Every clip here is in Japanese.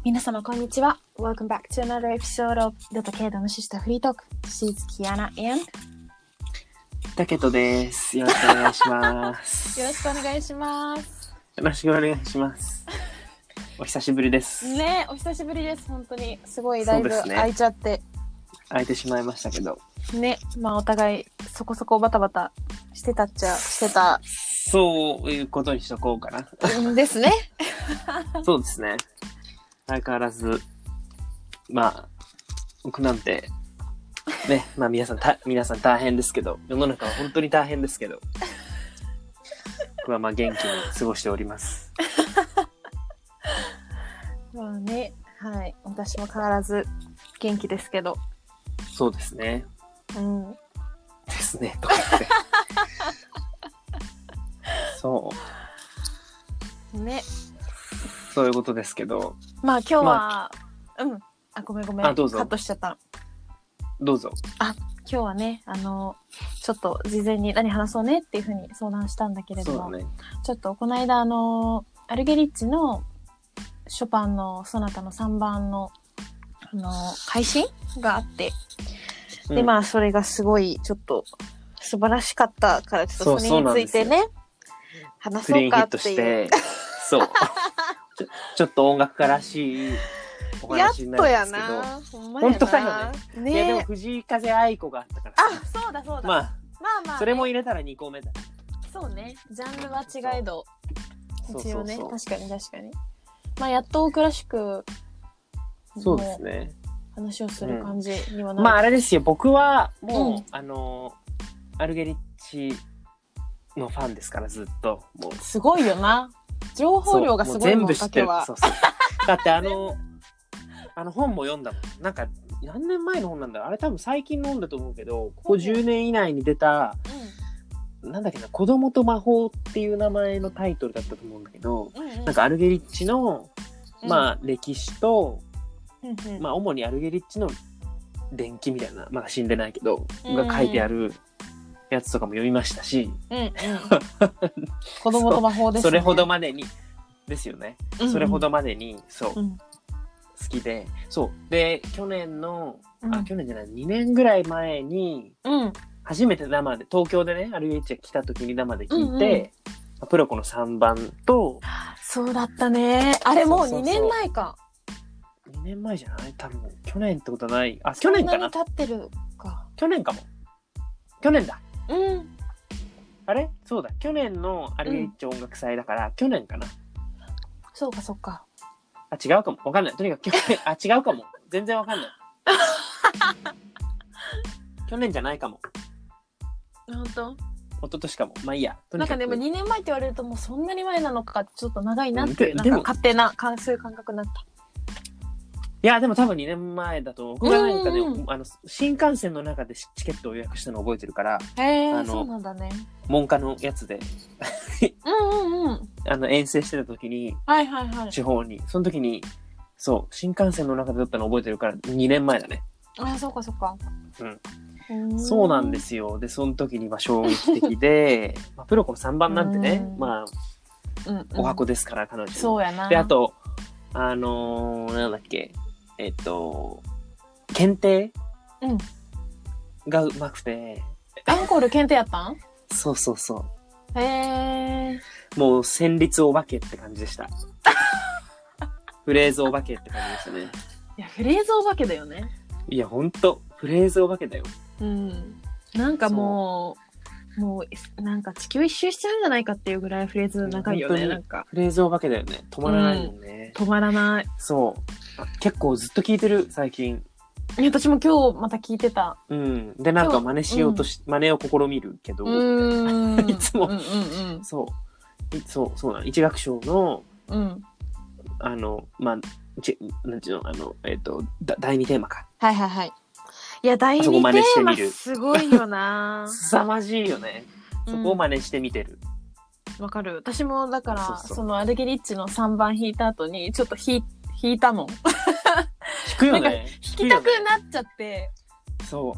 皆様こんにちは。Welcome back to another episode of ドタケイドのシスターフリートーク。This is Kiana and タケトです。よろしくお願いします。 よろしくお願いします。 よろしくお願いします。お久しぶりです。 ね、お久しぶりです。本当にすごいだいぶそうですね空いちゃって。 空いてしまいましたけど。 ね、まあお互いそこそこバタバタしてたっちゃしてた。 そういうことにしとこうかな。 ですね。 そうですね。相変わらず、まあ、僕なんて、ね、まあ皆さん大変ですけど、世の中は本当に大変ですけど、僕はまあ元気に過ごしております。 まあね、はい。私も変わらず元気ですけど。 そうですね。 うん。 ですね、とか言って。そう。 ね。 そういうことですけど。 まあ今日は、うん。あ、ごめん。 あ、どうぞ。 カットしちゃった。 どうぞ。 あ、今日はね、ちょっと事前に何話そうねっていうふうに相談したんだけれども、 そうだね。 ちょっとこの間アルゲリッチのショパンのソナタの3番の配信があって、でまあそれがすごいちょっと素晴らしかったからちょっとそれについてね話そうかっていう。クリーンヒットして、 そうちょっと音楽家らしいお話になるんですけど、 やっとやな。 本当だよね。いやでもね、 藤井風愛子があったからあ、そうだ。 まあね、 それも入れたら2個目だ。 そうね。ジャンルは違えど、一応ね、 そう確かに。まあやっとクラシックそうですね。 話をする感じにはなる。 まああれですよ。僕はもう、アルゲリッチのファンですからずっともうすごいよな。情報量がすごいもん。 全部知ってる。そうだって本も読んだもん。なんか何年前の本なんだろう。あれ多分最近の本だと思うけど、ここ10年以内に出た、なんだっけな、子供と魔法っていう名前のタイトルだったと思うんだけど、なんかアルゲリッチの、まあ歴史と、まあ主にアルゲリッチの伝記みたいな、まだ死んでないけど、が書いてあるやつとかも読みましたし、 子供と魔法ですね。 それほどまでにですよね。それほどまでにそう、好きで、そうで去年の去年じゃない2年ぐらい前に、初めて生で東京でねアルゲリッチが来た時に生で聞いて、プロコの3番と、 そうだったね。あれもう2年前か。 2年前じゃない？多分去年ってことはない。あ、去年かな。 そんなに経ってるか。 去年かも。去年だ。 うん。 あれ？そうだ。去年のアルゲリッチ音楽祭だから、去年かな。 そうか。 あ、違うかも。わかんない。とにかく去年、あ、違うかも。全然わかんない。去年じゃないかも。 本当？ 一昨年かも。まあいいや。 なんかでも2年前って言われるともうそんなに前なのかってちょっと長いなっていう、なんか勝手なそういう感覚になった。 いやでも多分2年前だと僕がなんかね、新幹線の中でチケットを予約したのを覚えてるから、 そうなんだね。 門下のやつで遠征してた時に、地方にその時にそう新幹線の中で撮ったのを覚えてるから2年前だね。 あ、そうか。 そうなんですよ。でその時に衝撃的で、プロコの3番なんてね、まあお箱ですから彼女。 そうやな。 であとなんだっけ検定、がうまくて、 アンコール検定やったん？ そう。 へー。 もう旋律お化けって感じでした。フレーズお化けって感じでしたね。 いやフレーズお化けだよね。 いやほんとフレーズお化けだよ。 なんかもうなんか地球一周しちゃうんじゃないかっていうぐらいフレーズ長いよね。なんかフレーズお化けだよね。止まらないもんね。 止まらない。 そう結構ずっと聞いてる最近。 私も今日また聞いてた。 でなんか真似しようと真似を試みるけど、いつも、そうなの。一楽章のまあなんていうの第2テーマか。 はい。いや第2テーマすごいよな。 凄まじいよね。そこを真似してみてる。 わかる。私もだからそのアルゲリッチの3番弾いた後にちょっと弾いたの。 弾くよね。なんか弾きたくなっちゃって。 そう。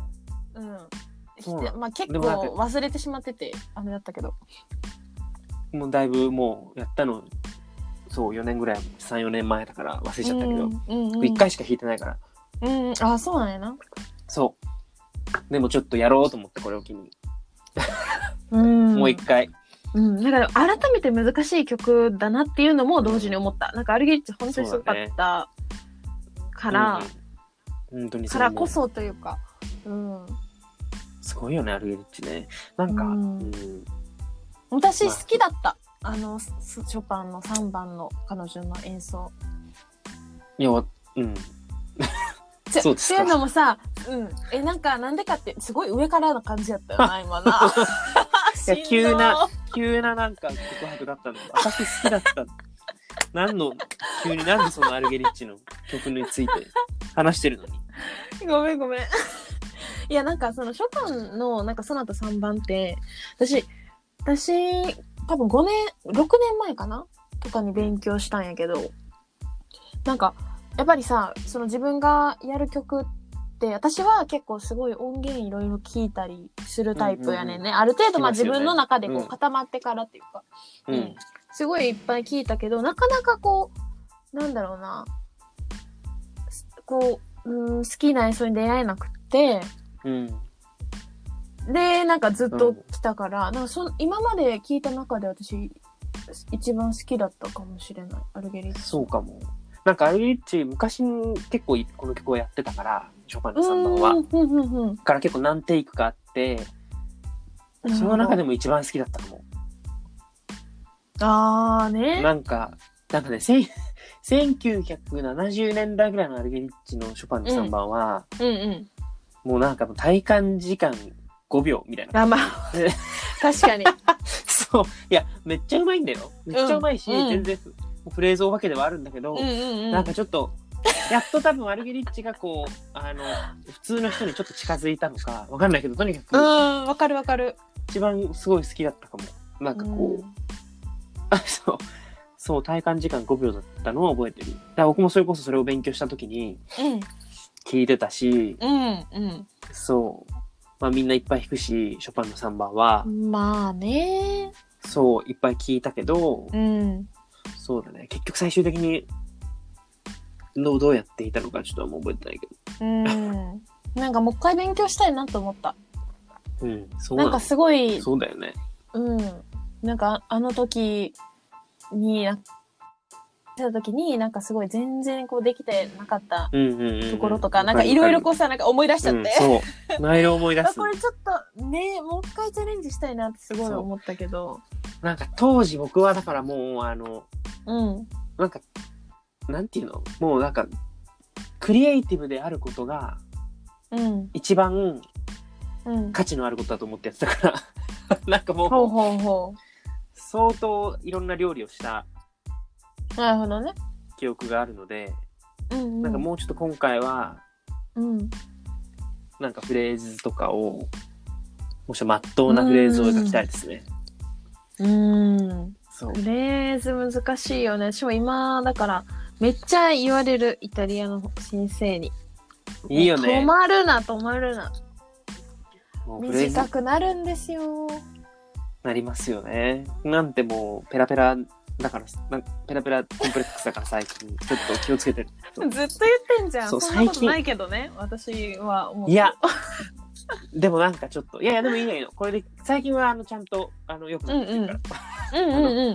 まあ結構忘れてしまっててあれだったけど。 もうだいぶもうやったのそう、4年ぐらい、3、4年前だから忘れちゃったけど、 うんうんうん、 1回しか弾いてないから。 うん、あ、そうなんやな。 そう。でもちょっとやろうと思って、これを機に。 うん、 もう1回。 うん、なんか改めて難しい曲だなっていうのも同時に思った。なんかアルゲリッチ本当にすごかったから、 うん、本当にからこそというか、うん。 すごいよね、アルゲリッチね。なんか、 私好きだった。ショパンの3番の彼女の演奏。 いや、うん。そうですか。 っていうのもさ、なんでかって、すごい上からの感じやったよな、今な。 いや、急ななんか告白だったの。私好きだった。急になんでそのアルゲリッチの曲について話してるのに。 ごめん。いや、なんかそのショパンのなんかソナタ3番って、私、多分6年前かなとかに勉強したんやけど、なんか、やっぱりさ、その自分がやる曲って、私は結構すごい音源いろいろ聞いたりするタイプやねんね。ある程度まあ自分の中でこう固まってからっていうか、すごいいっぱい聞いたけど、なかなかこう、なんだろうな、こう、好きな演奏に出会えなくて、で、なんかずっと来たから、なんか今まで聞いた中で私、一番好きだったかもしれない、アルゲリッチ。 そうかも。なんかアルゲリッチ、昔結構この曲をやってたから、ショパンの3番は。から結構何テイクかあって、その中でも一番好きだったかも。 ね。 なんかね、1970年代ぐらいのアルゲリッチのショパンの3番は、もうなんか体感時間5秒みたいな。 まあ、確かに。 そう。いや、めっちゃうまいんだよ。めっちゃうまいし、全然フレーズお化けではあるんだけど、なんかちょっと、やっと多分アルゲリッチがこう、普通の人にちょっと近づいたのか、わかんないけど、とにかく。 わかる。 一番すごい好きだったかも。なんかこう、そう、体感時間5秒だったのを覚えてる。だから僕もそれこそそれを勉強したときに、聞いてたし、そう。まあみんないっぱい弾くし、ショパンの3番は。 まあね。 そう、いっぱい聞いたけど、そうだね。結局最終的にどうやって弾いたのかちょっともう覚えてないけど。なんかもう一回勉強したいなと思った。 そうなんかすごい。 そうだよね。 なんかあの時に、なんかすごい全然こうできてなかったところとか、なんかいろいろこうさ、なんか思い出しちゃって。 そう。内容思い出す。 これちょっとね、もう一回チャレンジしたいなってすごい思ったけど。 なんか当時僕はだからもうなんか、なんていうの？もうなんか、クリエイティブであることが、一番価値のあることだと思ってやってたから、なんかもう、相当いろんな料理をした。 なるほどね。 記憶があるので、なんかもうちょっと今回は、なんかフレーズとかを、もしまっとうなフレーズを描きたいですね。 そう。フレーズ難しいよね。私も今、だから、めっちゃ言われる、イタリアの先生に。 いいよね。 止まるな。短くなるんですよ。 なりますよね。なんてもう、ペラペラだから、ペラペラコンプレックスだから最近、ちょっと気をつけてる。 ずっと言ってんじゃん。そんなことないけどね。私は思う。 いや、でもなんかちょっと、いや、でもいいの。これで、最近はちゃんと、良くなってきてるから。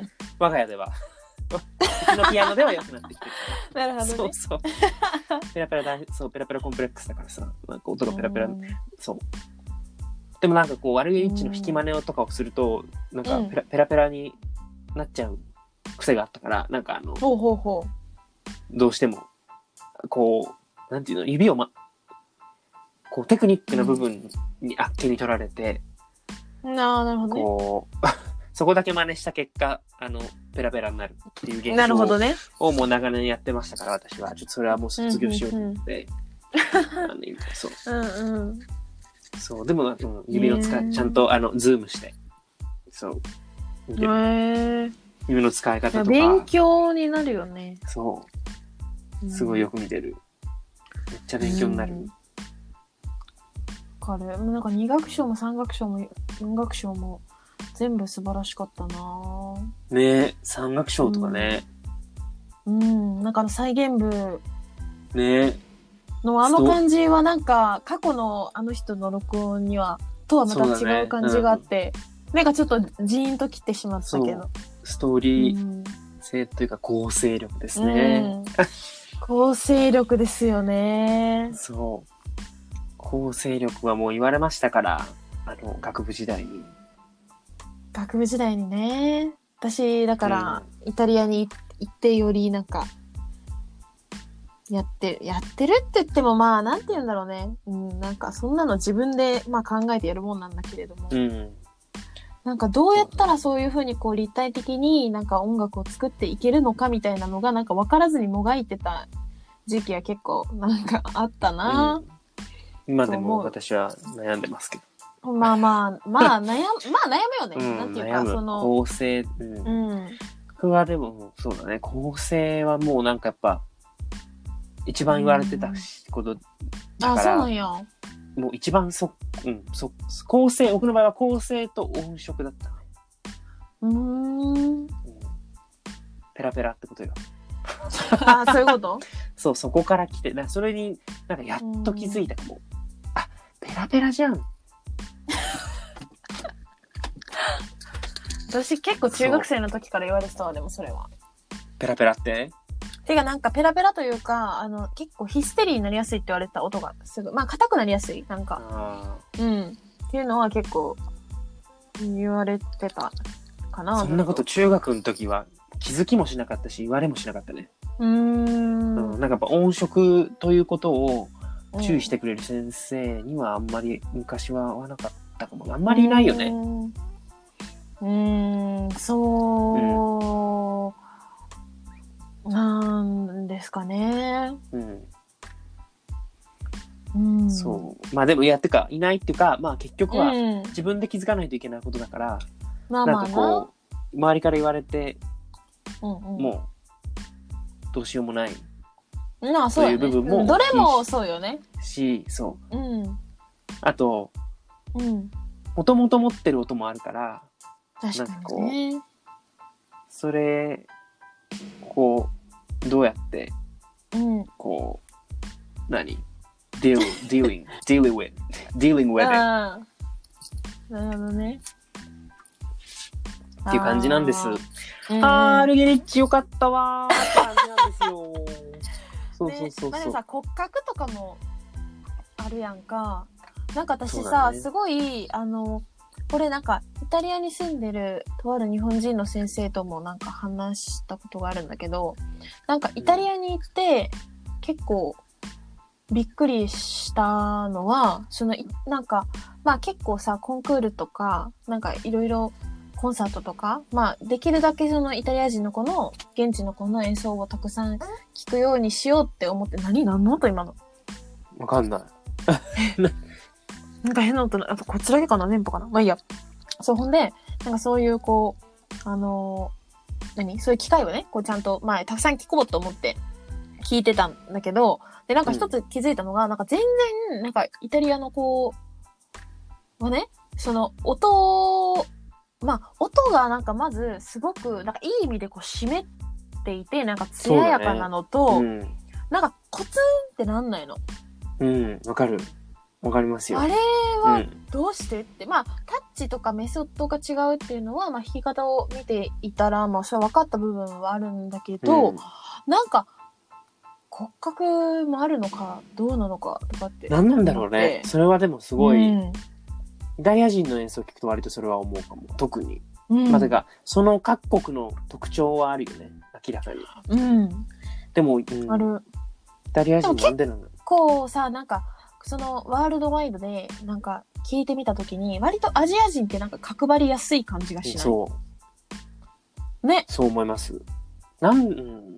我が家では。うちのピアノでは良くなってきてるから。なるほどね。 そう。ペラペラコンプレックスだからさ、なんか音がペラペラ、そう。でもなんかこう、アルゲリッチの弾き真似とかをすると、なんかペラペラになっちゃう癖があったから、なんかどうしても、こう、なんていうの、指をこう、テクニックな部分にあっけに取られて、 なるほどね。 こう、そこだけ真似した結果、ペラペラになるっていう現象をもう長年やってましたから、私は。ちょっとそれはもう卒業しようと思って。そう。そう、でも、指の使い、ちゃんと、ズームして。そう。指の使い方とか。 勉強になるよね。 そう。すごいよく見てる。めっちゃ勉強になる。 なんか2楽章も3楽章も4楽章も全部素晴らしかったなねえ、3楽章とかね。 なんか再現部ね。 のあの感じはなんか過去のあの人の録音にはとはまた違う感じがあって、なんかちょっとジーンときてしまったけど。 ストーリー性というか構成力ですね。 構成力ですよね。 そう。構成力はもう言われましたから、学部時代に。 学部時代にね。私、だから、イタリアに行ってよりなんか、やってるって言ってもまあ、なんて言うんだろうね。なんかそんなの自分でまあ考えてやるもんなんだけれども。なんかどうやったらそういう風にこう立体的になんか音楽を作っていけるのかみたいなのがなんか分からずにもがいてた時期は結構なんかあったな、 今でも私は悩んでますけど。 まあ悩むよね。なんていうかその構成、僕はでもそうだね、構成はもうなんかやっぱ一番言われてたことだから。 そうなんや。 もう一番構成、僕の場合は構成と音色だったね。ペラペラってことよ。 そういうことそう、そこから来て、それになんかやっと気づいたかも。ペラペラじゃん。 私結構中学生の時から言われてたわ、でもそれは。 ペラペラっててかなんかペラペラというか、結構ヒステリーになりやすいって言われた音がすぐ、まあ硬くなりやすい、なんか。っていうのは結構言われてたかな。 そんなこと中学の時は気づきもしなかったし、言われもしなかったね。なんかやっぱ音色ということを注意してくれる先生にはあんまり昔は合わなかったかも。あんまりいないよね。 なんですかね。 そう。まあでも、てか、いないっていうか、まあ結局は自分で気づかないといけないことだから、なんかこう、周りから言われて、もう、どうしようもない。そういう部分も。 どれもそうよね。 そう。あと、もともと持ってる音もあるから、 確かにね。 それ、こう、どうやって、こう、dealing with it なるほどね。 っていう感じなんです。アルゲリッチよかったわーって感じなんですよ。そう。 まださ、骨格とかもあるやんか。なんか私さ、すごい、これなんか、イタリアに住んでるとある日本人の先生ともなんか話したことがあるんだけど、なんかイタリアに行って結構びっくりしたのは、なんか、まあ結構さ、コンクールとか、なんかいろいろコンサートとか、まあできるだけそのイタリア人の子の、現地の子の演奏をたくさん聞くようにしようって思って、何の音今の。 わかんない。 なんか変な音、あとこっちだけかな、電波かな。まあいいや。そう、ほんで、なんかそういうこう、そういう機会をね、こうちゃんと、まあたくさん聞こうと思って聞いてたんだけど、で、なんか一つ気づいたのが、なんか全然、なんかイタリアの子はね、その音がなんかまずすごく、なんかいい意味でこう湿っていて、なんか艶やかなのと、なんかコツンってなんないの。 わかる。わかりますよ。 あれはどうしてって、まあタッチとかメソッドが違うっていうのは、まあ弾き方を見ていたら、まあそれは分かった部分はあるんだけど、なんか骨格もあるのかどうなのかとかって。 何なんだろうね。それはでもすごい、イタリア人の演奏を聞くと割とそれは思うかも。特に。まあてか、その各国の特徴はあるよね。明らかに。でも、 ある。 イタリア人なんでなの？ 結構さ、なんか、そのワールドワイドでなんか聞いてみたときに割とアジア人ってなんか角張りやすい感じがしない？そうね。 そう思います。 骨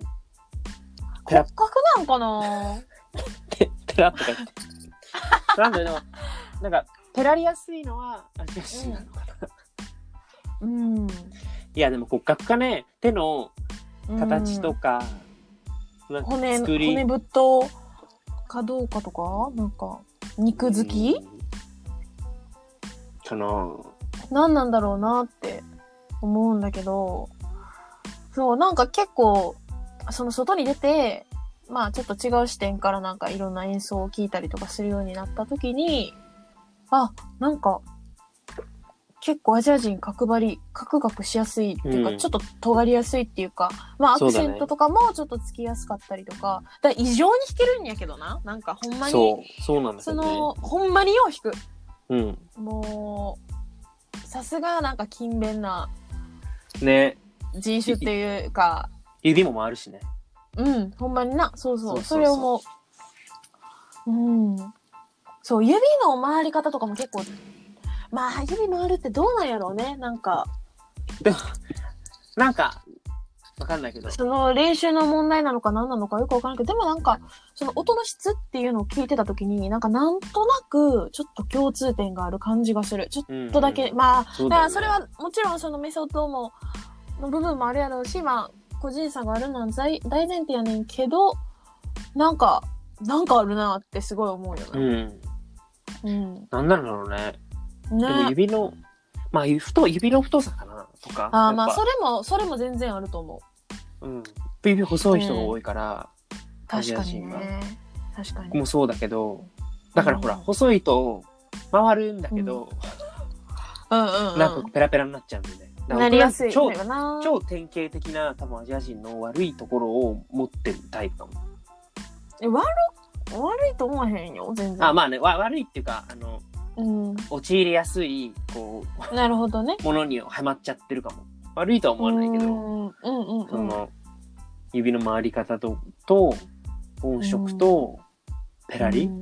格なんかなペラとか言ってなんだよなんかペラりやすいのはアジア人なのかな。いやでも骨格かね、手の形とか、 骨太かどうかとか、なんか肉付きかな。 何なんだろうなって思うんだけど、そうなんか結構その外に出て、まあちょっと違う視点からなんかいろんな演奏を聞いたりとかするようになった時に、あ、なんか、結構アジア人カクカクしやすいっていうか、ちょっと尖りやすいっていうか、まあアクセントとかもちょっとつきやすかったりとか、だから異常に弾けるんやけどな。なんかほんまに。 そうなんですよね。 ほんまによう弾く。 うん。 もう、さすがなんか勤勉な。 ね。 人種っていうか。 指も回るしね。 うん、ほんまにな。そう。それをもう。うん。そう、指の回り方とかも結構、まあ、指回るってどうなんやろうね。なんか。 でも、なんか、わかんないけど。 その練習の問題なのか何なのかよくわからないけど、でもなんか、その音の質っていうのを聞いてたときに、なんかなんとなく、ちょっと共通点がある感じがする。ちょっとだけ、まあ、だからそれはもちろんそのメソッドも、の部分もあるやろうし、まあ、個人差があるのは大前提やねんけど、なんかあるなってすごい思うよね。なんだろうね。でも指の、まあ、指の太さかなとか。 ああ、まあ、それも全然あると思う。指細い人が多いから、 確かにね。確かに。 もそうだけど、だからほら、細いと回るんだけど、なんかペラペラになっちゃうんでね。 なりやすい。 超典型的な多分アジア人の悪いところを持ってるタイプかも。 悪いと思わへんよ、全然。 あ、まあね、悪いっていうか、陥りやすい、こう、 なるほどね。 ものにはまっちゃってるかも。悪いとは思わないけど、その、指の回り方と音色と、ペラリ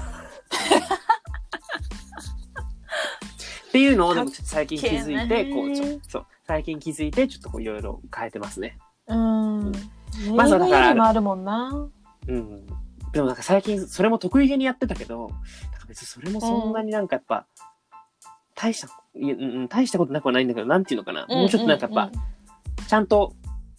っていうのを、でもちょっと最近気づいて、最近気づいて、ちょっとこういろいろ変えてますね。 まずはだから。もあるもんな。 でもなんか最近、それも得意げにやってたけど、別にそれもそんなになんかやっぱ、大したことなくはないんだけど、なんていうのかな。もうちょっとなんかやっぱ、ちゃんと、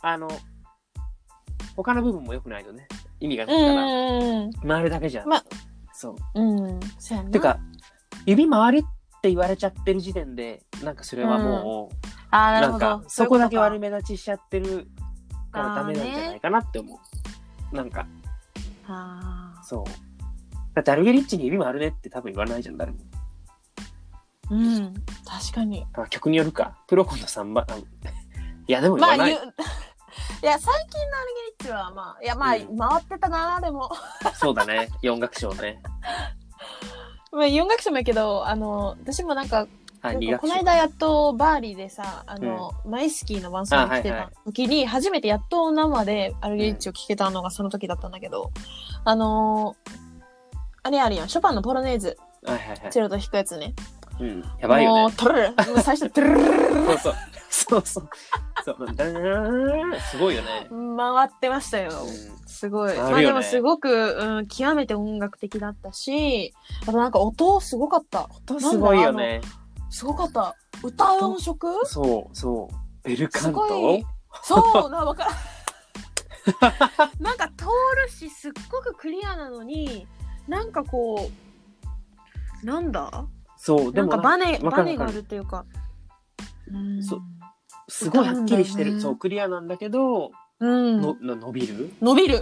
他の部分も良くないとね、意味がないから、回るだけじゃん。そう。 そうやな。 てか、指回るって言われちゃってる時点で、なんかそれはもう、なんか、そこだけ悪目立ちしちゃってるからダメなんじゃないかなって思う。なんか。そう。だってアルゲリッチに指回るねって多分言わないじゃん、誰も。 確かに。 曲によるか。プロコンの3番。いや、でも言わない。 いや、最近のアルゲリッチは、まあ、いや、まあ、回ってたな、でも。 そうだね。4楽章ね。 まあ、4楽章もやけど、私もなんか、この間やっとバーリーでさ、マイスキーの伴奏に来てた時に、初めてやっと生でアルゲリッチを聴けたのがその時だったんだけど、あれあるやん、ショパンのポロネーズ。チェロと弾くやつね。 やばいよね。 もう、最初、トゥルルそう。すごいよね。 回ってましたよ。すごい。まあでもすごく、極めて音楽的だったし、あとなんか音すごかった。 音すごいよね。 すごかった。歌う音色そう。ベルカントそう、わかる。なんか通るし、すっごくクリアなのに、なんかこう、なんだそう、でもなんかバネがあるっていうか。 すごいはっきりしてる。そう、クリアなんだけど、伸びる。 伸びる。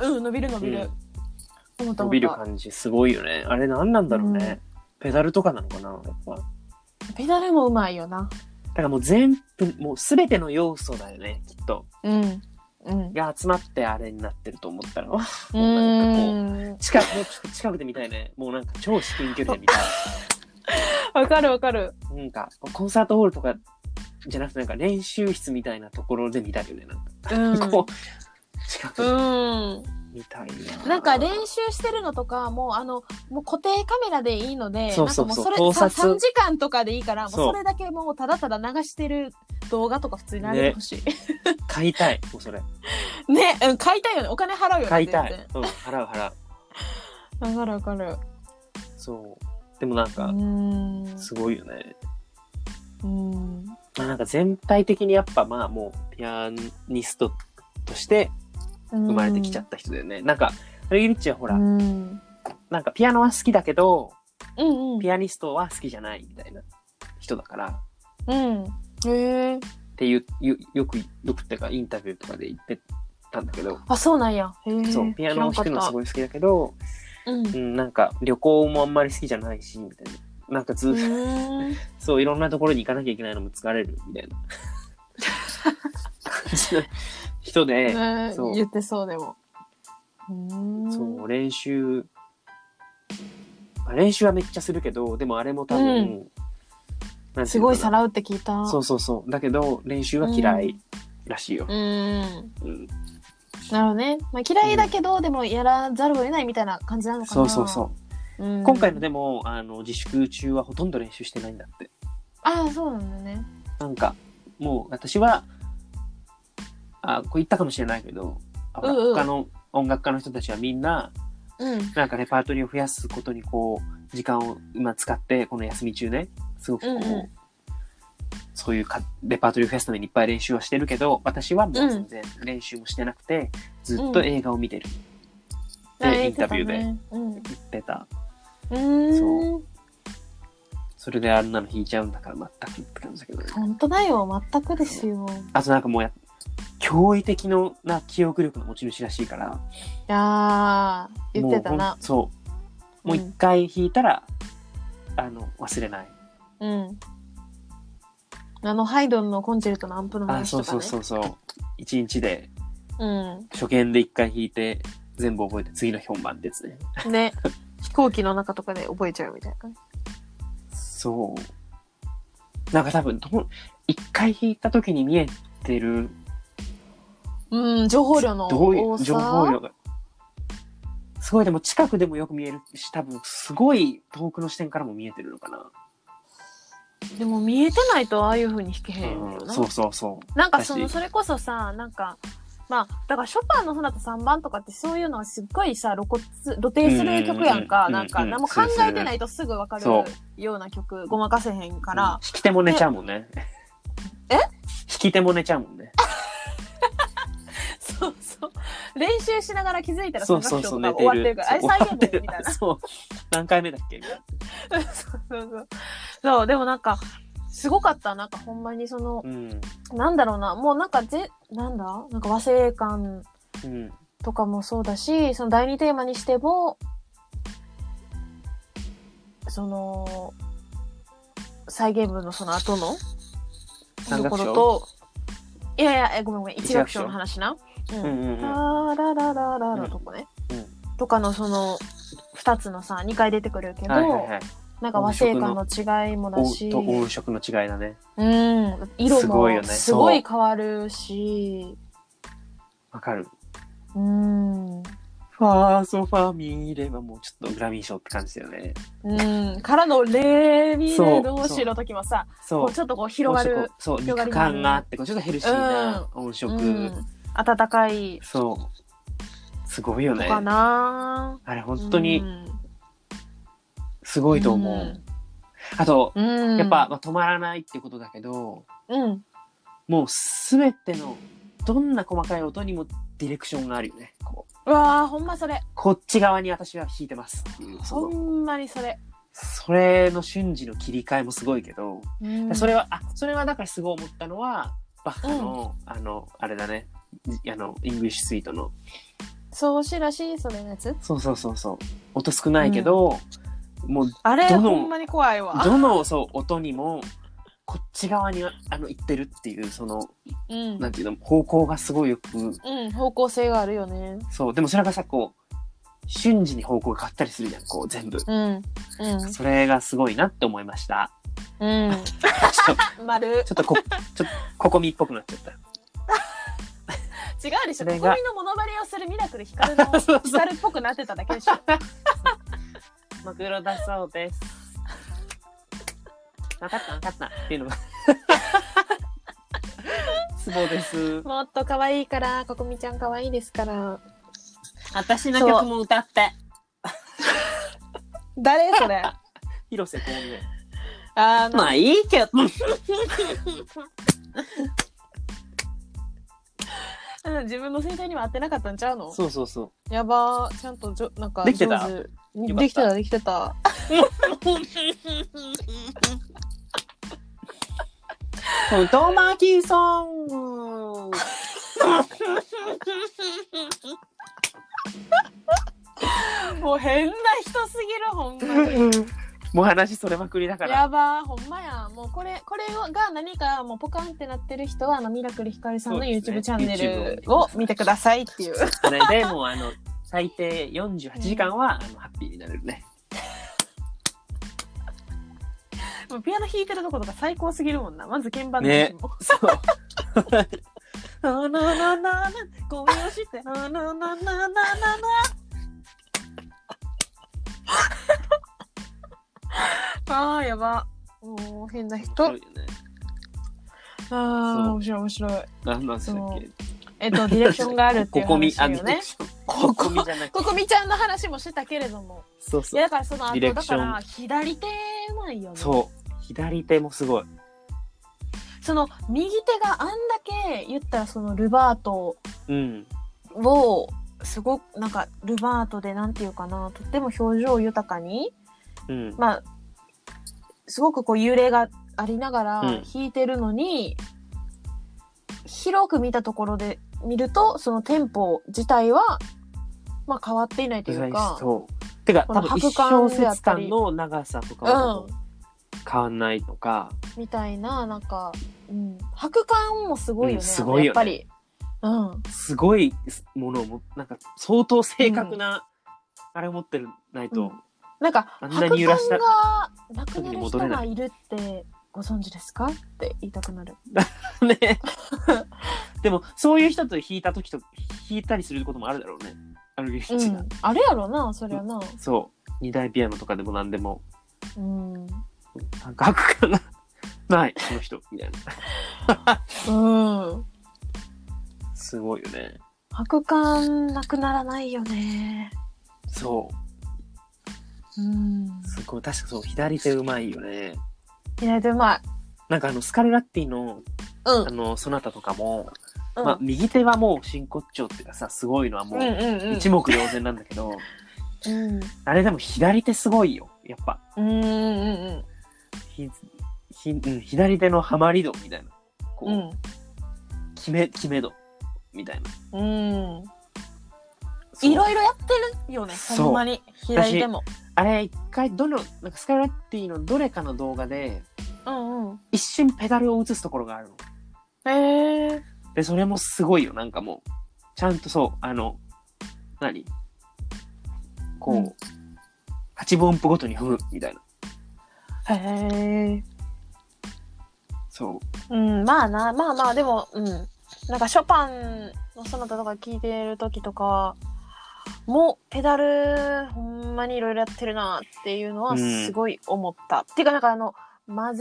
伸びる感じ、すごいよね。あれ何なんだろうね。ペダルとかなのかな、やっぱ。 ペダルもうまいよな。 だからもうもうすべての要素だよね、きっと。が集まってあれになってると思ったら、もうなんかこう、近くで見たいね。もうなんか超至近距離で見たい。 わかる。 なんか、コンサートホールとかじゃなくてなんか練習室みたいなところで見たいよね。なんかこう、近くで見たいな。 なんか練習してるのとか、もう固定カメラでいいので、 そう。 なんかもうそれ3時間とかでいいから、もうそれだけもうただただ流してる動画とか普通にあげてほしい。 買いたい、もうそれ。 ね、買いたいよね。お金払うよね。 買いたい。払う。 わかる。 そう。でもなんか、すごいよね。なんか全体的にやっぱまあもうピアニストとして生まれてきちゃった人だよね。なんか、アルゲリッチはほら、なんかピアノは好きだけど、ピアニストは好きじゃないみたいな人だから。っていう、よくってかインタビューとかで言ってたんだけど、 あ、そうなんや。へえ。 そうピアノを弾くのすごい好きだけど、なんか旅行もあんまり好きじゃないしみたいな、なんかずっとそういろんなところに行かなきゃいけないのも疲れるみたいな感じの人で、 そう言ってそうでも。 そう練習はめっちゃするけど、でもあれも多分、なんていうのかな、 すごいさらうって聞いた。 そうだけど練習は嫌いらしいよ。 なるほどね。まあ、嫌いだけど、でもやらざるを得ないみたいな感じなのかな。 そう、今回のでも自粛中はほとんど練習してないんだって。 ああ、そうなんだね。 なんかもう私はこう言ったかもしれないけど、他の音楽家の人たちはみんな、なんかレパートリーを増やすことにこう時間を今使ってこの休み中ね、すごくこう、そういうレパートリーを増やすためにいっぱい練習はしてるけど、私はもう全然練習もしてなくて、ずっと映画を見てるってインタビューで言ってた。それであんなの弾いちゃうんだから全くって感じだけどね。 本当だよ、全くですよ。 あとなんかもう驚異的な記憶力の持ち主らしいから。いやー、言ってたな。 そうもう一回弾いたら、忘れない。 ハイドンのコンチェルトのアンプの話とかね。 そう一日で、初見で一回弾いて全部覚えて次の日本番ってやつね。 ね、飛行機の中とかで覚えちゃうみたいな。 そうなんか多分一回弾いた時に見えてる情報量の多さ、 情報量がすごい、でも近くでもよく見えるし、多分すごい遠くの視点からも見えてるのかな。 でも見えてないとああいう風に弾けへんよな。 そうなんかそれこそさ、なんかまあだからショパンのソナタ3番とかってそういうのはすっごいさ露呈する曲やんか。なんか何も考えてないとすぐ分かるような曲、ごまかせへんから。 弾き手も寝ちゃうもんね。弾き手も寝ちゃうもんね。 そう練習しながら気づいたら3楽章とか終わってるから、あれ再現だよみたいな。 何回目だっけみたいな。そうでもなんかすごかった。なんかほんまになんだろうな、もうなんかなんか和製感とかもそうだし、その第2テーマにしても再現部のその後のところと、いやごめん1楽章の話な。ラララララのとこね。とかの2つのさ2回出てくるけど、なんか和製感の違いもだし、 音色の違いだね。 色もすごい変わるし。 わかる。ファーソファミレはもうちょっとグラミー賞って感じだよね。 からのレミレ同士の時もさ、ちょっとこう広がる。 肉感があって、ちょっとヘルシーな音色。 温かい。 すごいよね。 かな。 あれ本当にすごいと思う。あと、やっぱ、止まらないってことだけど、もうすべてのどんな細かい音にもディレクションがあるよね。 うわー、ほんまそれ。 こっち側に私は弾いてますっていう。 ほんまにそれ。 それの瞬時の切り替えもすごいけど、それはだからすごい思ったのは、バッハの、あれだね。イングリッシュスイートの。 そうしらしい、それのやつ。 そう。音少ないけど、もう、 あれ、ほんまに怖いわ。 どの、音にも、こっち側に、行ってるっていう、なんていうの、方向がすごいよく。 方向性があるよね。 そう、でもそれがさ、瞬時に方向が変わったりするじゃん、全部。それがすごいなって思いました。 丸。 ちょっとココミっぽくなっちゃった。 違うでしょ。ココミのモノマネをするミラクルヒカルっぽくなってただけでしょ。 マグロだそうです。分かったっていうのがツボです。 もっと可愛いから、ココミちゃん可愛いですから。 私の曲も歌って。 誰それ？ 広瀬香美。 まあいいけど。 自分の声帯には合ってなかったんちゃうの？ そう。 やばー、ちゃんとなんかできてた。 できてた。 太巻きソング。 もう変な人すぎる、ほんまに。 もう話それまくりだから。 やばー、ほんまや。もうこれが何かもうポカンってなってる人はミラクルひかりさんの YouTube チャンネルを見てくださいっていう。 でも最低48時間は、ハッピーになれるね。 もうピアノ弾いてるとことか最高すぎるもんな。まず鍵盤の時も。 そう。恋をしてあーやば。もう変な人。 面白いよね。 ああ面白い。 何なんでしたっけ。 ディレクションがあるっていう話よね。 ここみじゃなくて。 ここみちゃんの話もしたけれども。 そうそう。 いやだからその後だから左手うまいよね。 そう。左手もすごい。 その右手があんだけ言ったらそのルバートをすごくなんかルバートでなんていうかな、とっても表情豊かに、まあすごくこう揺れがありながら弾いてるのに、広く見たところで見るとそのテンポ自体はまあ変わっていないというか、 そうてか多分一小節間の長さとかは変わんないとか、 みたいな、なんか、拍感もすごいよね。 すごいよね。 やっぱり。 すごいものをなんか相当正確な、あれを持ってるないと、 なんか拍感がなくなる人がいるってご存知ですかって言いたくなる。 ね。でもそういう人と弾いた時と弾いたりすることもあるだろうね。あるあれやろな、そりゃな。 そう二台ピアノとかでも何でも。なんか拍感がないこの人みたいな。すごいよね。 拍感なくならないよね。 そう。すごい、確かそう、左手うまいよね。 左手うまい。 なんかスカルラッティの、ソナタとかも、まあ、右手はもう真骨頂っていうかさ、すごいのはもう、一目瞭然なんだけど、あれでも左手すごいよ、やっぱ。左手のハマり度みたいな。こう、決め度みたいな。 いろいろやってるよね、ほんまに。左手も。 あれ、一回、なんかスカルラッティのどれかの動画で、一瞬ペダルを映すところがあるの。で、それもすごいよ、なんかもう。ちゃんとそう、こう、8分音符ごとに踏む、みたいな。そう。 まあ、でも、なんかショパンのソナタとか聴いてる時とか、もうペダルほんまにいろいろやってるなっていうのはすごい思った。っていうかなんか混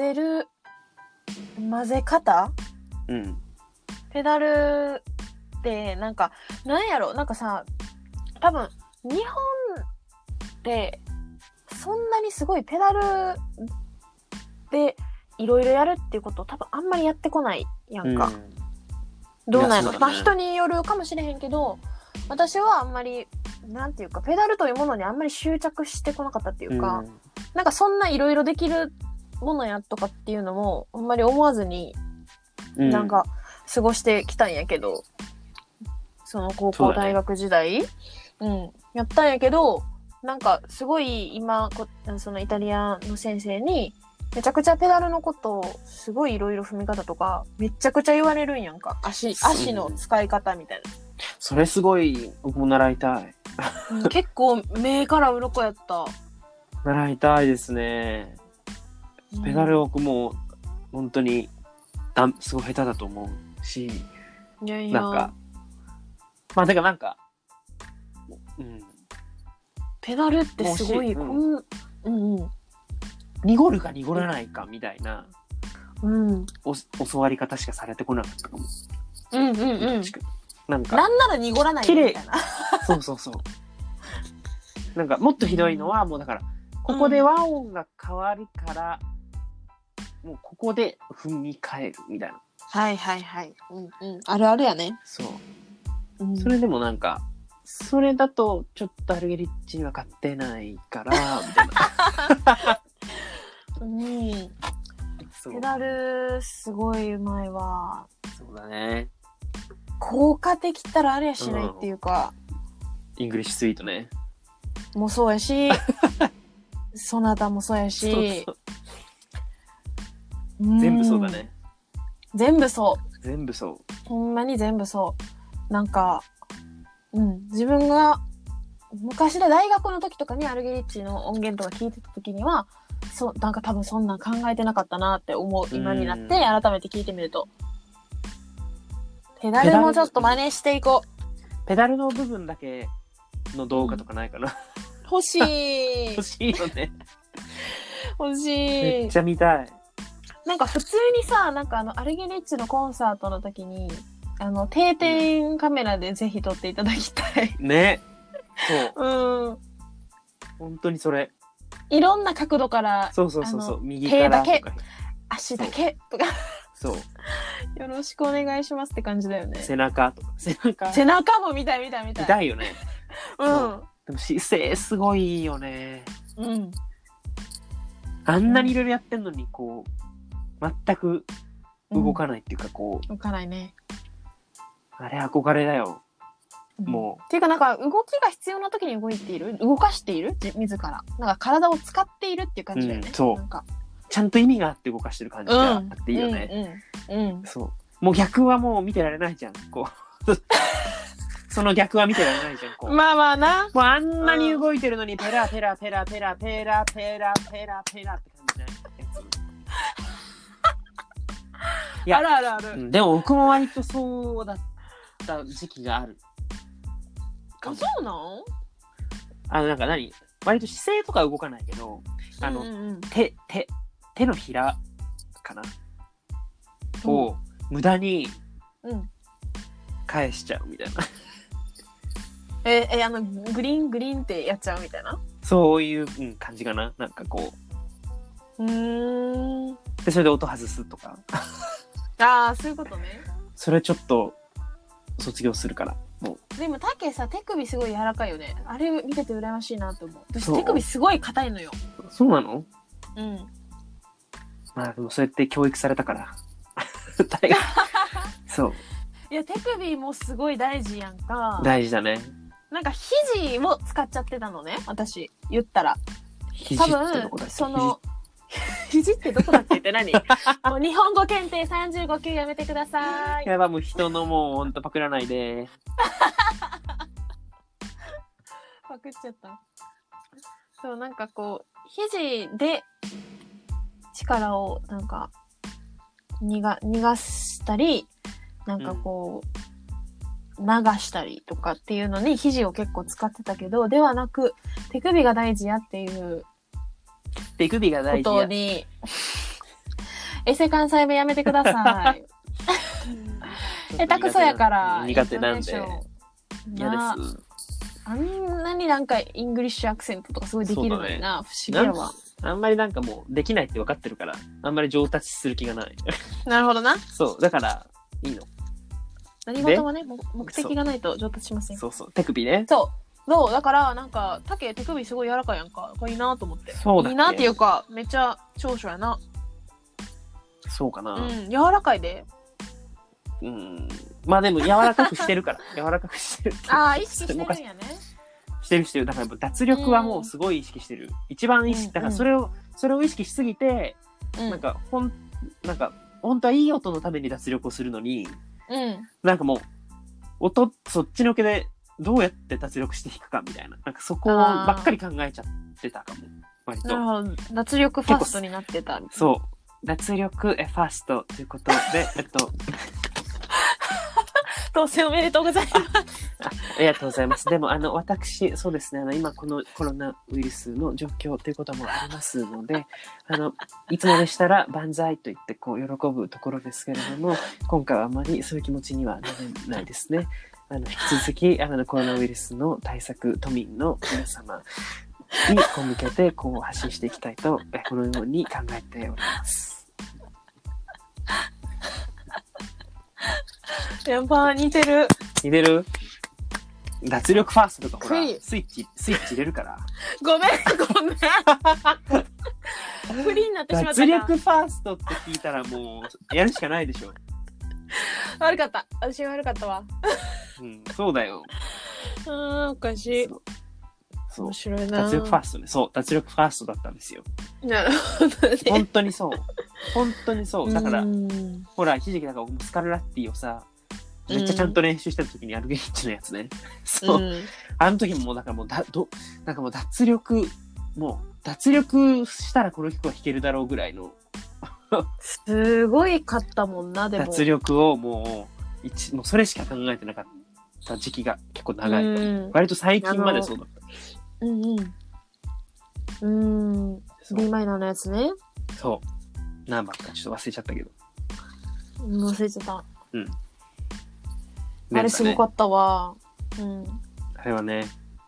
ぜ方、ペダルってなんかなんやろ、なんかさ、多分日本ってそんなにすごいペダルでいろいろやるっていうことを多分あんまりやってこないやんか。どうなんやろ、まあ人によるかもしれへんけど、私はあんまりなんていうかペダルというものにあんまり執着してこなかったっていうか、なんかそんないろいろできるものやとかっていうのもあんまり思わずになんか過ごしてきたんやけど、その高校大学時代、やったんやけど、なんかすごい今そのイタリアの先生にめちゃくちゃペダルのことをすごいいろいろ踏み方とかめちゃくちゃ言われるんやんか。足の使い方みたいな。 それすごい僕も習いたい。 結構目から鱗やった。 習いたいですね。ペダル僕も本当にすごい下手だと思うし、なんかまあてかなんか、 ペダルってすごい濁るか濁らないかみたいな、教わり方しかされてこなかったかも。なんかなんなら濁らないみたいな。 そう。なんかもっとひどいのはもうだからここで和音が変わるから、もうここで踏み替えるみたいな。あるあるやね。そう。それでもなんかそれだとちょっとアルゲリッチには勝てないからみたいな。 ペダルすごいうまいわ。 そうだね。 効果的ったらあれやしないっていうか、 イングリッシュスイートね。 もうそうやし、そなたもそうやし、 そう全部そうだね。 全部そう。 全部そう。 ほんまに全部そう。なんか、自分が昔で大学の時とかにアルゲリッチの音源とか聞いてた時には、なんか多分そんなん考えてなかったなって思う今になって改めて聞いてみると。ペダルもちょっと真似していこう。 ペダルの部分だけの動画とかないかな。 欲しい。 欲しいよね。 欲しい。 めっちゃ見たい。 なんか普通にさ、なんかアルゲリッチのコンサートの時に、定点カメラでぜひ撮っていただきたい。 ね。そう。本当にそれ。 いろんな角度から。 そう。右からとか。 手だけ、足だけとか。 そう。 よろしくお願いしますって感じだよね。 背中とか。 背中も見たい。 見たいよね。でも姿勢すごいよね。あんなにいろいろやってんのに、こう、全く動かないっていうか、こう。 動かないね。 あれ憧れだよ。もう。 っていうかなんか動きが必要な時に動かしている自ら。なんか体を使っているっていう感じだよね。 そう。 なんかちゃんと意味があって動かしてる感じがあっていいよね。そう。もう逆はもう見てられないじゃん。こう。その逆は見てられないじゃん。こうまあまあな。 もうあんなに動いてるのにペラペラペラペラペラペラペラペラって感じないやつ。いやある。 でも僕も割とそうだった時期がある。 あ、そうなん？ なんか割と姿勢とか動かないけど、手のひらかなを無駄に返しちゃうみたいな。 グリーンってやっちゃうみたいな？ そういう、感じかな。なんかこう。で、それで音外すとか。 ああ、そういうことね。 それちょっと卒業するから。もうでもタケさ、手首すごい柔らかいよね。あれ見てて羨ましいなと思う。私手首すごい硬いのよ。 そうなの？ まあでもそうやって教育されたから。そう。 いや、手首もすごい大事やんか。 大事だね。 なんか肘を使っちゃってたのね、私。言ったら。 肘ってどこだっけ？ 肘ってどこだっけって何？もう日本語検定35級やめてください。 やば、もう人のもうほんとパクらないで。 パクっちゃった。そう、なんかこう、肘で力をなんか逃がしたり、なんかこう、流したりとかっていうのに肘を結構使ってたけど、ではなく手首が大事やっていう手首が大事ことにエセ関西弁やめてください。下手くそやから苦手なんで嫌です。 あんなになんかイングリッシュアクセントとかすごいできるのにな、不思議やわ。 あんまりなんかもうできないって分かってるからあんまり上達する気がない。 なるほどな。 そうだからいいの。 何事もね、目的がないと上達しません。 そう手首ね。 そうだからなんかタケ手首すごい柔らかいやんか。これいいなと思って。 そうだっけ？ いいなっていうかめっちゃ長所やな。 そうかな。 柔らかいで。 まあでも柔らかくしてるから。柔らかくしてる。 ああ、意識してるんやね。 してる。だから脱力はもうすごい意識してる。一番意識、だからそれを意識しすぎて、なんか本当はいい音のために脱力をするのに、なんかもうそっちのけでどうやって脱力していくかみたいな、なんかそこばっかり考えちゃってたかも。割と。 なるほど。脱力ファーストになってた。 そう。脱力ファーストということで、 当選おめでとうございます。 ありがとうございます。でも、私、そうですね、今このコロナウイルスの状況ということもありますので、いつもでしたら万歳と言ってこう喜ぶところですけれども、今回はあまりそういう気持ちにはなれないですね。引き続き、コロナウイルスの対策、都民の皆様にこう向けてこう発信していきたいと、このように考えております。 やば、似てる。 脱力ファーストとかほらスイッチ入れるから。 ごめん。フリーになってしまった。 脱力ファーストって聞いたらもうやるしかないでしょ。 悪かった。私が悪かったわ。 うん、そうだよ。 おかしい。 そう。 面白いな。 脱力ファーストね。そう、脱力ファーストだったんですよ。 なるほどね。 本当にそう。本当にそう。だから、ほら、一時期なんかスカルラッティをさ、めっちゃちゃんと練習してた時にアルゲリッチのやつね。そう。あの時もだからもうなんかもう脱力したらこの曲は弾けるだろうぐらいの。 すごい買ったもんな、でも。 脱力をもうそれしか考えてなかった時期が結構長い。割と最近までそうだった。 B マイナーのやつね。 そう。何番かちょっと忘れちゃったけど。 忘れちゃった。 うん。 あれすごかったわ。 あれはね。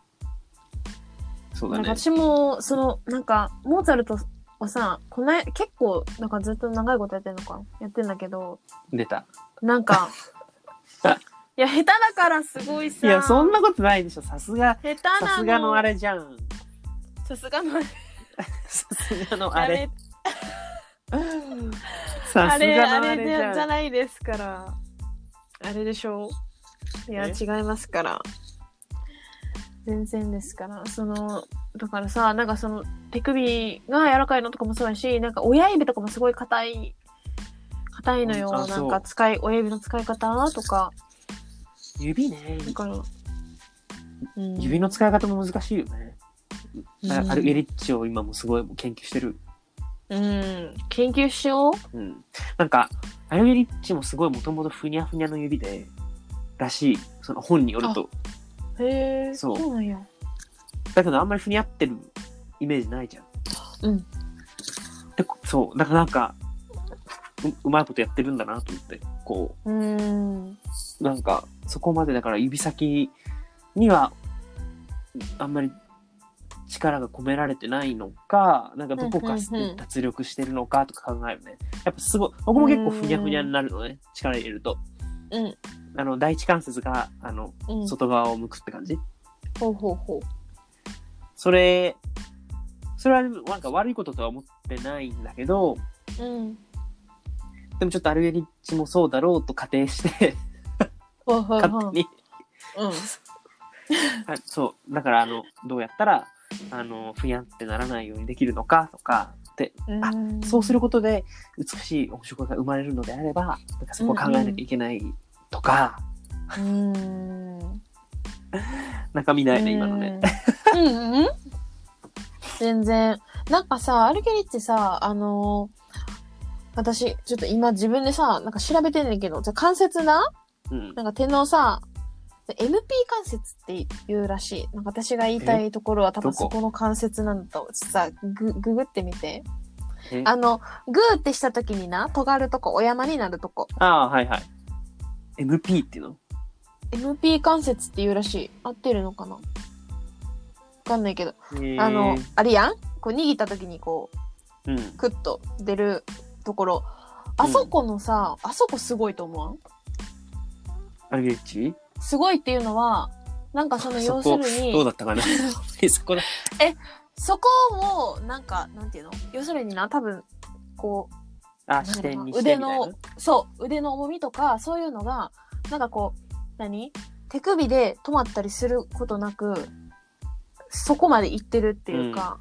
そうだね。 なんか私も、なんか、モーツァルトはさ、結構、なんかずっと長いことやってんだけど。 出た。 なんか、いや、下手だからすごいさ。 いや、そんなことないでしょ。さすがのあれじゃん。 さすがのあれ。 さすがのあれ。 あれじゃないですから。あれでしょ。いや、違いますから。全然ですから。だからさ、なんか手首が柔らかいのとかもそうだし、なんか親指とかもすごい硬いのよ。なんか親指の使い方とか。 指ね。 だから、 指の使い方も難しいよね。アルゲリッチを今もすごい研究してる。 研究しよう。なんか、アルゲリッチもすごいもともとふにゃふにゃの指で、らしい。その本によると。 へえ、そうなんや。 だけどあんまりふにゃってるイメージないじゃん。で、そう。だからなんか、うまいことやってるんだなと思って。こう。なんか、そこまでだから指先には、あんまり力が込められてないのか、なんかどこか脱力してるのかとか考えるね。やっぱすごい、僕も結構ふにゃふにゃになるのね。力入れると。第一関節が、外側を向くって感じ。それはなんか悪いこととは思ってないんだけど、でもちょっとアルゲリッチもそうだろうと仮定して勝手にそう、だからどうやったらふにゃってならないようにできるのかとかで、そうすることで美しい音色が生まれるのであれば、なんかそこを考えなきゃいけないとか、なんか見ないね今のね。 全然。なんかさ、アルゲリッチさ、私、ちょっと今自分でさ、なんか調べてんねんけど、じゃ関節な、なんか手のさ、MP 関節って言うらしい。なんか私が言いたいところは多分そこの関節なんだと。さ、ググってみて。グーってした時にな、尖るとこ、お山になるとこ。 はいはい。MP っていうの？ MP 関節って言うらしい。合ってるのかな？わかんないけど。あれやん？こう握った時にこう、クッと出るところ。あそこのさ、あそこすごいと思わん？ アルゲリッチ？ すごいっていうのは、なんか要するに。 どうだったかなそこだ。 そこを、なんか、なんていうの？要するにな、多分、こう、 視点にしてみたいな。 腕の重みとか、そういうのが、なんかこう、手首で止まったりすることなく、そこまで行ってるっていうか。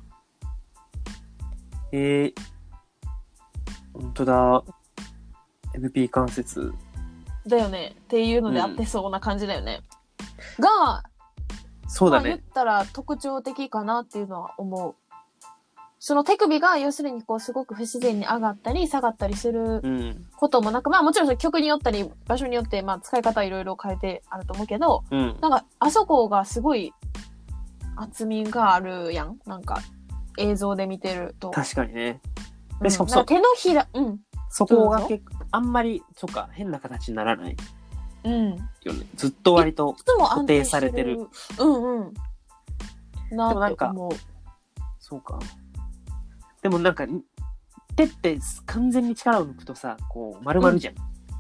本当だ。MP 関節。 だよね。っていうのであってそうな感じだよね。が、 そうだね。 言ったら特徴的かなっていうのは思う。その手首が要するにこうすごく不自然に上がったり下がったりすることもなく、もちろん曲によったり場所によって使い方いろいろ変えてあると思うけど、なんかあそこがすごい厚みがあるやん。なんか映像で見てると。 確かにね。 しかも手のひら、 そこがあんまり、変な形にならない。よね。ずっと割と固定されてる。なって思う。そうか。でもなんか、手って完全に力を抜くとさ、こう、丸々じゃん。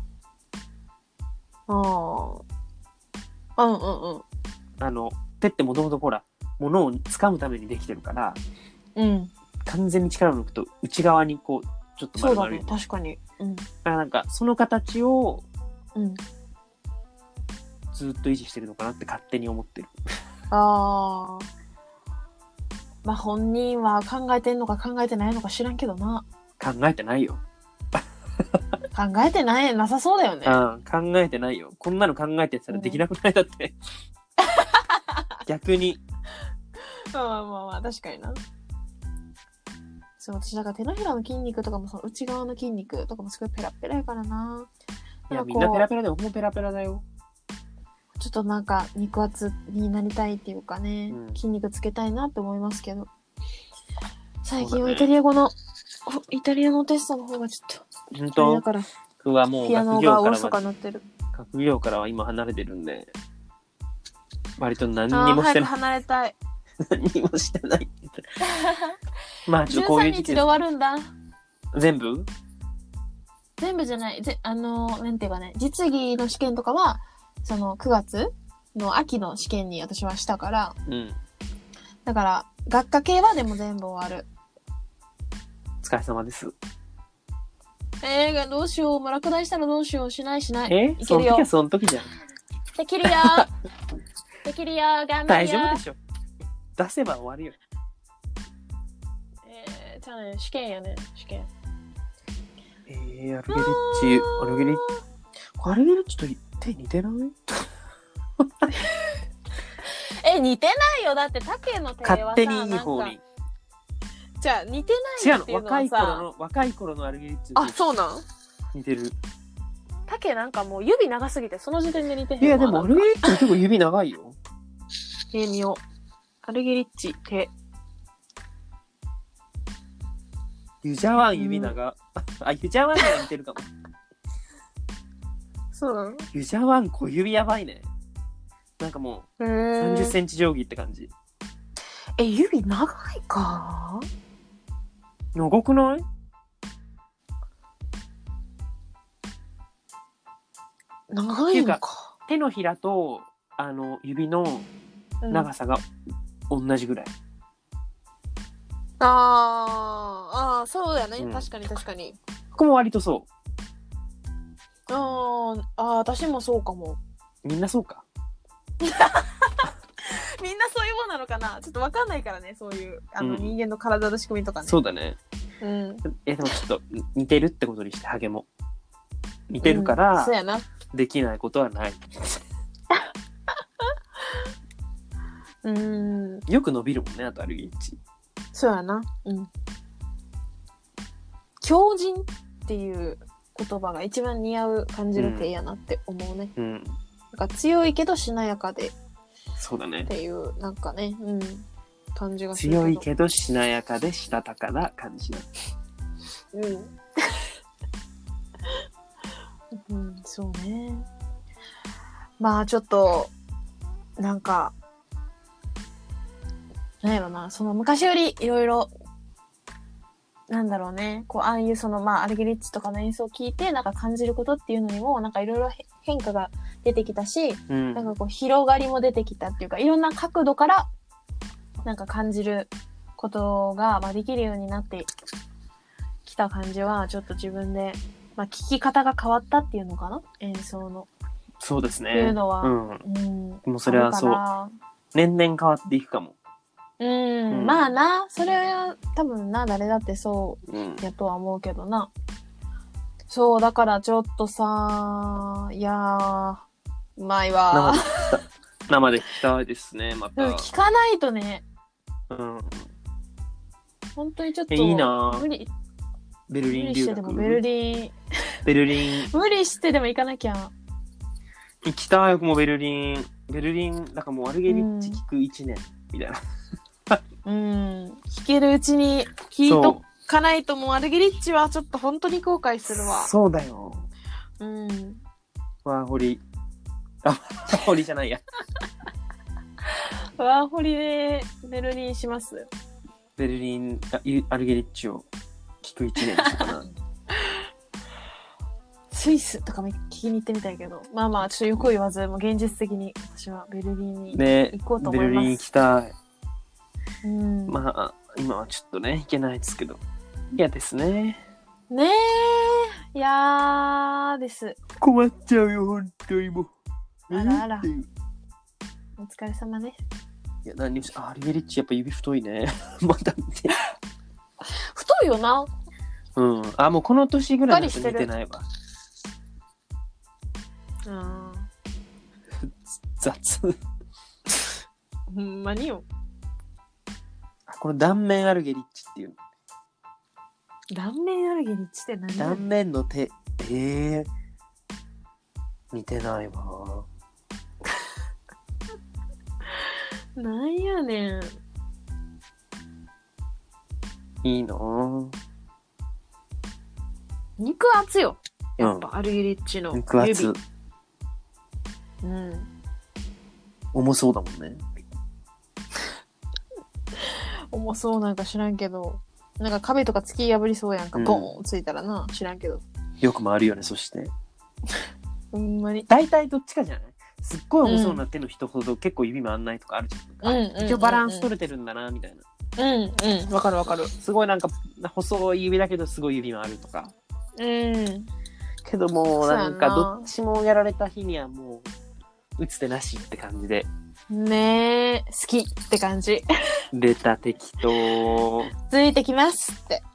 手ってもともとほら、物を掴むためにできてるから、完全に力を抜くと内側にこう、ちょっと丸々。 そうだね、確かに。 だからなんか、その形をうん。 ずっと維持してるのかなって勝手に思ってる。 ああ。まあ本人は考えてんのか考えてないのか知らんけどな。 考えてないよ。 考えてなさそうだよね。 うん、考えてないよ。こんなの考えてたらできなくないだって。逆に。 まあまあまあ、確かにな。そう、私なんか手のひらの筋肉とかもその内側の筋肉とかもすごいペラペラやからな。 いや、みんなペラペラで、僕もペラペラだよ。 ちょっとなんか肉厚になりたいっていうかね、筋肉つけたいなって思いますけど。最近はイタリア語の、イタリアのテストの方がちょっと。 本当？ だから、 僕はもうピアノがおろそかになってる。 学業からは今離れてるんで、割と何にもしてない。 早く離れたい。 何にもしてない。まあちょっとこういう 13日で終わるんだ。 全部じゃない。なんていうかね、実技の試験とかは、その9月の秋の試験に私はしたから、 うん。 だから、学科系はでも全部終わる。 お疲れ様です。 どうしよう。もう落第したらどうしよう。しない。いけそのるよ。 時はその時じゃん。 できるよ。できるよ。頑張るよ。 大丈夫でしょ。出せば終わるよ。 じゃあね、試験やね。試験。 アルゲリッチと手似てない？ 似てないよ。だって竹の手はさ、 勝手にいい方に。 じゃあ似てないっていうのはさ、 違うの。若い頃のアルゲリッチ。 あ、そうなん？ 似てる。 竹なんかもう指長すぎてその時点で似てへんわ。 いやでもアルゲリッチ結構指長いよ。 見よう。アルゲリッチ手。 ユジャワン指長。あ、ユジャワンには似てるかも。 そうなの？ ユジャワン小指やばいね。なんかもう30センチ定規って感じ。 指長いか？ 長くない？ 長いのか。 手のひらと指の長さが同じぐらい。 あ、そうだね。確かに。 ここも割とそう。 私もそうかも。 みんなそうか。 みんなそういうもんなのかな。ちょっとわかんないからね。そういう人間の体の仕組みとかね。 そうだね。でもちょっと似てるってことにしてハゲも似てるから、 そうやな。 できないことはない。よく伸びるもんね、あとアルゲリッチ。 そうやな。強靭っていう言葉が一番似合う感じの手やなって思うね。なんか強いけどしなやかで。 そうだね。 っていうなんかね、感じがするけど。 強いけどしなやかでしたたかな感じな。 そうね。まあちょっとなんかなんやろな、その昔よりいろいろなんだろうね、こうああいうそのアルゲリッチとかの演奏を聞いてなんか感じることっていうのにもなんかいろいろ変化が出てきたし、なんかこう広がりも出てきたっていうか、いろんな角度からなんか感じることができるようになってきた感じはちょっと自分で聞き方が変わったっていうのかな、演奏の。 そうですね。 っていうのは、 もうそれはそう。年々変わっていくかも。 まあな、それは多分な、誰だってそうやとは思うけどな。そう、だからちょっとさ、いやー、うまいわ。 生で聞きたいですね、また。 聞かないとね。本当にちょっと。 いいな無理。 ベルリン留学。 ベルリン。無理してでも行かなきゃ。 行きたい、僕もベルリン、なんかもうアルゲリッチ聞く1年、みたいな。 弾けるうちに聞いとかないと、もうアルゲリッチはちょっと本当に後悔するわ。 そうだよ。ワーホリ。ワーホリじゃないや。 ワーホリでベルリンします。 ベルリン、アルゲリッチを聞く1年でしょかな。 スイスとかも聞きに行ってみたいけど、ちょっとよく言わず、もう現実的に私はベルリンに行こうと思います。 ベルリン行きたい。今はちょっとね、行けないですけど。嫌ですね。 ねえ。いやー、 ーです。 困っちゃうよ、本当にもう。 あらあらっていうお疲れ様です。 いや、何にもし、アルゲリッチやっぱ指太いね。また見て。 太いよな。 うん。あ、もうこの年ぐらいだと似てないわ。 あ雑。 ほんまによ。 この断面アルゲリッチっていうの。 断面アルゲリッチって何？ 断面の手。似てないわ。 なんやねん。 いいなぁ。 肉厚よ。やっぱアルゲリッチの指。 肉厚。 うん。 重そうだもんね。 重そうなんか知らんけど、なんか壁とか突き破りそうやんか、ボーンついたらな、知らんけど。 よく回るよね、そして。 ほんまに。 大体どっちかじゃない？すっごい重そうな手の人ほど結構指回んないとかあるじゃん。一応バランス取れてるんだな、みたいな。 わかるわかる。 すごいなんか細い指だけどすごい指回るとか。けどもうなんかどっちもやられた日にはもう打つ手なしって感じで。 ねえ、好きって感じ。 出た適当。 ついてきますって。